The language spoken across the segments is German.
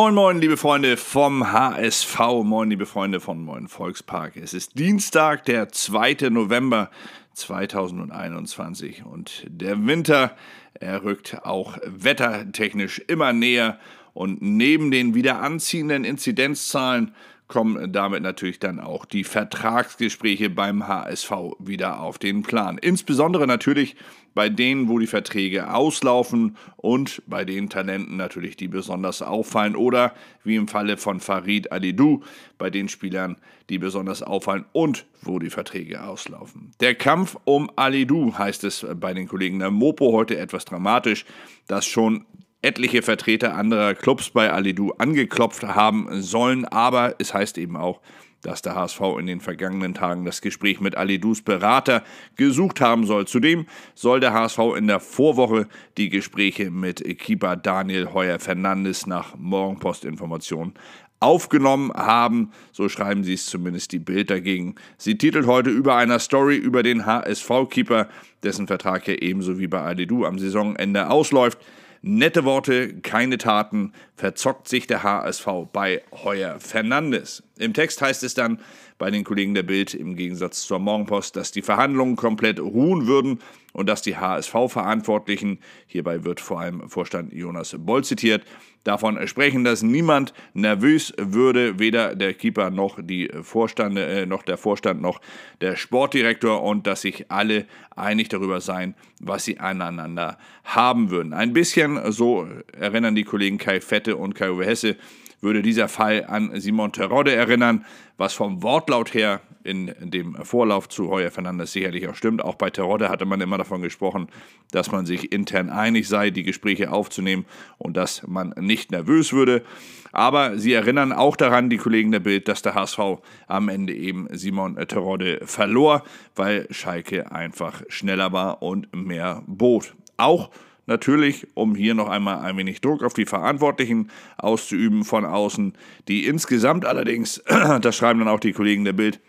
Moin moin, liebe Freunde vom HSV, moin liebe Freunde von Moin Volkspark. Es ist Dienstag, der 2. November 2021 und der Winter, er rückt auch wettertechnisch immer näher und neben den wieder anziehenden Inzidenzzahlen kommen damit natürlich dann auch die Vertragsgespräche beim HSV wieder auf den Plan. Insbesondere natürlich bei denen, wo die Verträge auslaufen und bei den Talenten natürlich, die besonders auffallen oder wie im Falle von Farid Alidou, bei den Spielern, die besonders auffallen und wo die Verträge auslaufen. Der Kampf um Alidou, heißt es bei den Kollegen der Mopo heute etwas dramatisch, dass schon etliche Vertreter anderer Clubs bei Alidou angeklopft haben sollen, aber es heißt eben auch, dass der HSV in den vergangenen Tagen das Gespräch mit Alidous Berater gesucht haben soll. Zudem soll der HSV in der Vorwoche die Gespräche mit Keeper Daniel Heuer-Fernandes nach Morgenpost-Informationen aufgenommen haben, so schreiben sie es zumindest die Bild dagegen. Sie titelt heute über einer Story über den HSV-Keeper, dessen Vertrag ja ebenso wie bei Alidou am Saisonende ausläuft. Nette Worte, keine Taten, verzockt sich der HSV bei Heuer-Fernandes. Im Text heißt es dann bei den Kollegen der Bild im Gegensatz zur Morgenpost, dass die Verhandlungen komplett ruhen würden und dass die HSV-Verantwortlichen, hierbei wird vor allem Vorstand Jonas Boll zitiert, davon sprechen, dass niemand nervös würde, weder der Keeper noch der Vorstand noch der Sportdirektor, und dass sich alle einig darüber seien, was sie aneinander haben würden. Ein bisschen, so erinnern die Kollegen Kai Fette und Kai-Uwe Hesse, würde dieser Fall an Simon Terodde erinnern, was vom Wortlaut her in dem Vorlauf zu Heuer-Fernandes sicherlich auch stimmt. Auch bei Terodde hatte man immer davon gesprochen, dass man sich intern einig sei, die Gespräche aufzunehmen und dass man nicht nervös würde. Aber sie erinnern auch daran, die Kollegen der Bild, dass der HSV am Ende eben Simon Terodde verlor, weil Schalke einfach schneller war und mehr bot. Auch natürlich, um hier noch einmal ein wenig Druck auf die Verantwortlichen auszuüben von außen, die insgesamt allerdings, das schreiben dann auch die Kollegen der Bild,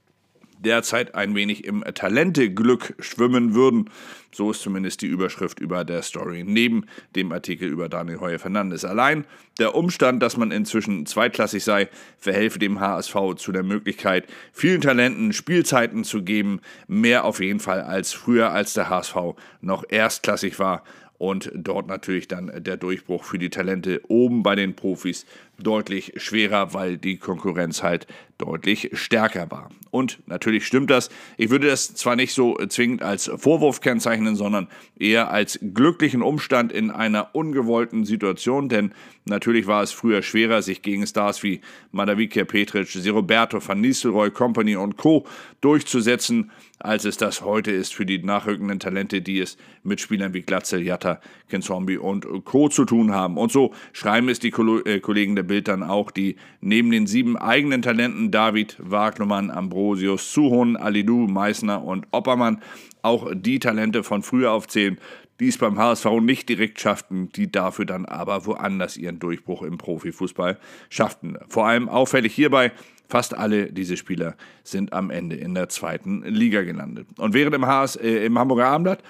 derzeit ein wenig im Talenteglück schwimmen würden. So ist zumindest die Überschrift über der Story neben dem Artikel über Daniel Heuer-Fernandes. Allein der Umstand, dass man inzwischen zweitklassig sei, verhelfe dem HSV zu der Möglichkeit, vielen Talenten Spielzeiten zu geben. Mehr auf jeden Fall als früher, als der HSV noch erstklassig war. Und dort natürlich dann der Durchbruch für die Talente oben bei den Profis deutlich schwerer, weil die Konkurrenz halt deutlich stärker war. Und natürlich stimmt das. Ich würde das zwar nicht so zwingend als Vorwurf kennzeichnen, sondern eher als glücklichen Umstand in einer ungewollten Situation, denn natürlich war es früher schwerer, sich gegen Stars wie Madavikia Petric, Roberto van Nistelrooy, Company und Co. durchzusetzen, als es das heute ist für die nachrückenden Talente, die es mit Spielern wie Glatzel, Jatta, Kinzombie und Co. zu tun haben. Und so schreiben es die Kollegen der Bild dann auch, die neben den 7 eigenen Talenten David, Wagnermann, Ambrosius, Suhon, Alidou, Meissner und Oppermann auch die Talente von früher aufzählen, die es beim HSV nicht direkt schafften, die dafür dann aber woanders ihren Durchbruch im Profifußball schafften. Vor allem auffällig hierbei, fast alle diese Spieler sind am Ende in der 2. Liga gelandet. Und während im Hamburger Abendblatt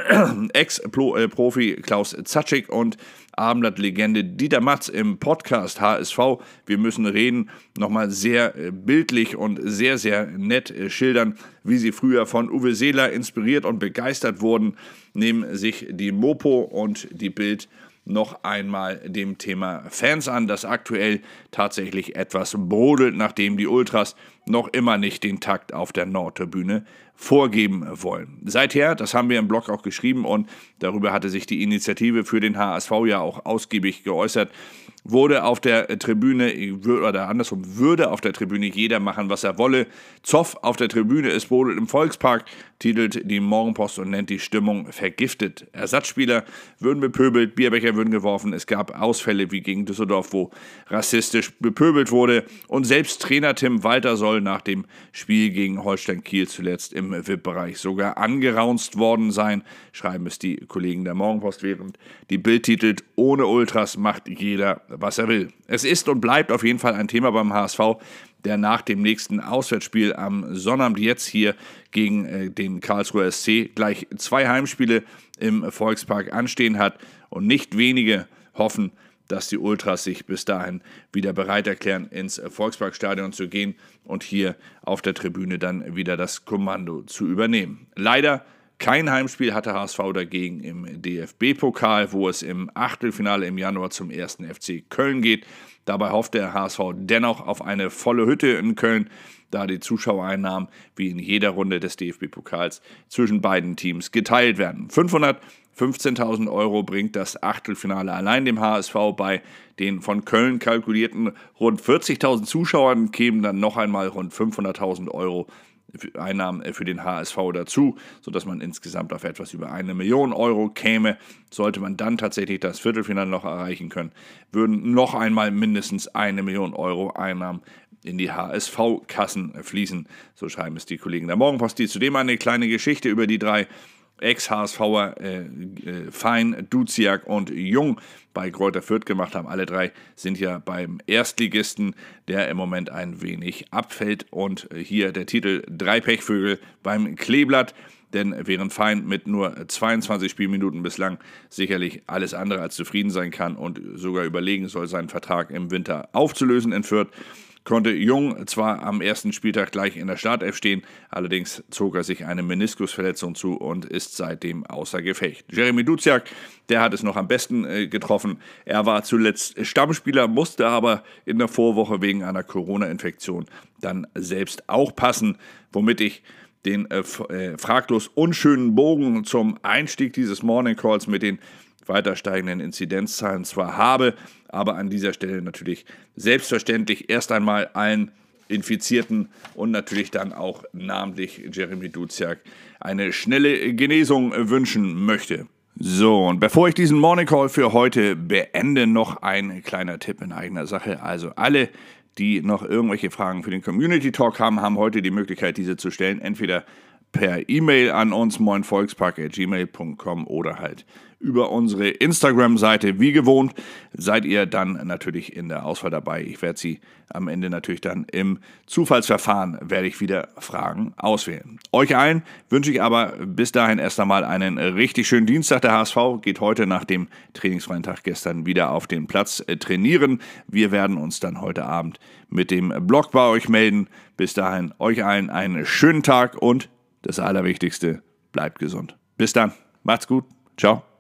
Ex-Profi Klaus Zatschik und Abendblatt-Legende Dieter Matz im Podcast HSV, wir müssen reden, nochmal sehr bildlich und sehr, sehr nett schildern, wie sie früher von Uwe Seeler inspiriert und begeistert wurden, nehmen sich die Mopo und die Bild noch einmal dem Thema Fans an, das aktuell tatsächlich etwas brodelt, nachdem die Ultras noch immer nicht den Takt auf der Nordtribüne vorgeben wollen. Seither, das haben wir im Blog auch geschrieben und darüber hatte sich die Initiative für den HSV ja auch ausgiebig geäußert, würde auf der Tribüne jeder machen, was er wolle. Zoff auf der Tribüne, es brodelt im Volkspark, titelt die Morgenpost und nennt die Stimmung vergiftet. Ersatzspieler würden bepöbelt, Bierbecher würden geworfen, es gab Ausfälle wie gegen Düsseldorf, wo rassistisch bepöbelt wurde und selbst Trainer Tim Walter soll nach dem Spiel gegen Holstein Kiel zuletzt im VIP-Bereich sogar angeraunzt worden sein, schreiben es die Kollegen der Morgenpost, während die Bild titelt, ohne Ultras macht jeder, was er will. Es ist und bleibt auf jeden Fall ein Thema beim HSV, der nach dem nächsten Auswärtsspiel am Sonnabend jetzt hier gegen den Karlsruher SC gleich 2 Heimspiele im Volkspark anstehen hat und nicht wenige hoffen, dass die Ultras sich bis dahin wieder bereit erklären, ins Volksparkstadion zu gehen und hier auf der Tribüne dann wieder das Kommando zu übernehmen. Leider kein Heimspiel hatte HSV dagegen im DFB-Pokal, wo es im Achtelfinale im Januar zum 1. FC Köln geht. Dabei hofft der HSV dennoch auf eine volle Hütte in Köln, da die Zuschauereinnahmen wie in jeder Runde des DFB-Pokals zwischen beiden Teams geteilt werden. 515.000 Euro bringt das Achtelfinale allein dem HSV. Bei den von Köln kalkulierten rund 40.000 Zuschauern kämen dann noch einmal rund 500.000 Euro Einnahmen für den HSV dazu, sodass man insgesamt auf etwas über 1 Million Euro käme. Sollte man dann tatsächlich das Viertelfinale noch erreichen können, würden noch einmal mindestens 1 Million Euro Einnahmen in die HSV-Kassen fließen, so schreiben es die Kollegen der Morgenpost. Zudem eine kleine Geschichte über die 3 Ex-HSVer Fein, Duziak und Jung bei Greuther Fürth gemacht haben. Alle 3 sind ja beim Erstligisten, der im Moment ein wenig abfällt. Und hier der Titel 3 Pechvögel beim Kleeblatt. Denn während Fein mit nur 22 Spielminuten bislang sicherlich alles andere als zufrieden sein kann und sogar überlegen soll, seinen Vertrag im Winter aufzulösen in Fürth, konnte Jung zwar am ersten Spieltag gleich in der Startelf stehen, allerdings zog er sich eine Meniskusverletzung zu und ist seitdem außer Gefecht. Jeremy Duziak, der hat es noch am besten getroffen. Er war zuletzt Stammspieler, musste aber in der Vorwoche wegen einer Corona-Infektion dann selbst auch passen, womit ich den fraglos unschönen Bogen zum Einstieg dieses Morning Calls mit den weiter steigenden Inzidenzzahlen zwar habe, aber an dieser Stelle natürlich selbstverständlich erst einmal allen Infizierten und natürlich dann auch namentlich Jeremy Duziak eine schnelle Genesung wünschen möchte. So, und bevor ich diesen Morning Call für heute beende, noch ein kleiner Tipp in eigener Sache. Also alle, die noch irgendwelche Fragen für den Community Talk haben, haben heute die Möglichkeit, diese zu stellen, entweder per E-Mail an uns, moinvolkspark@gmail.com oder halt über unsere Instagram-Seite. Wie gewohnt seid ihr dann natürlich in der Auswahl dabei. Ich werde sie am Ende natürlich dann im Zufallsverfahren, werde ich wieder Fragen auswählen. Euch allen wünsche ich aber bis dahin erst einmal einen richtig schönen Dienstag. Der HSV geht heute nach dem trainingsfreien Tag gestern wieder auf den Platz trainieren. Wir werden uns dann heute Abend mit dem Blog bei euch melden. Bis dahin euch allen einen schönen Tag und das Allerwichtigste, bleibt gesund. Bis dann, macht's gut, ciao.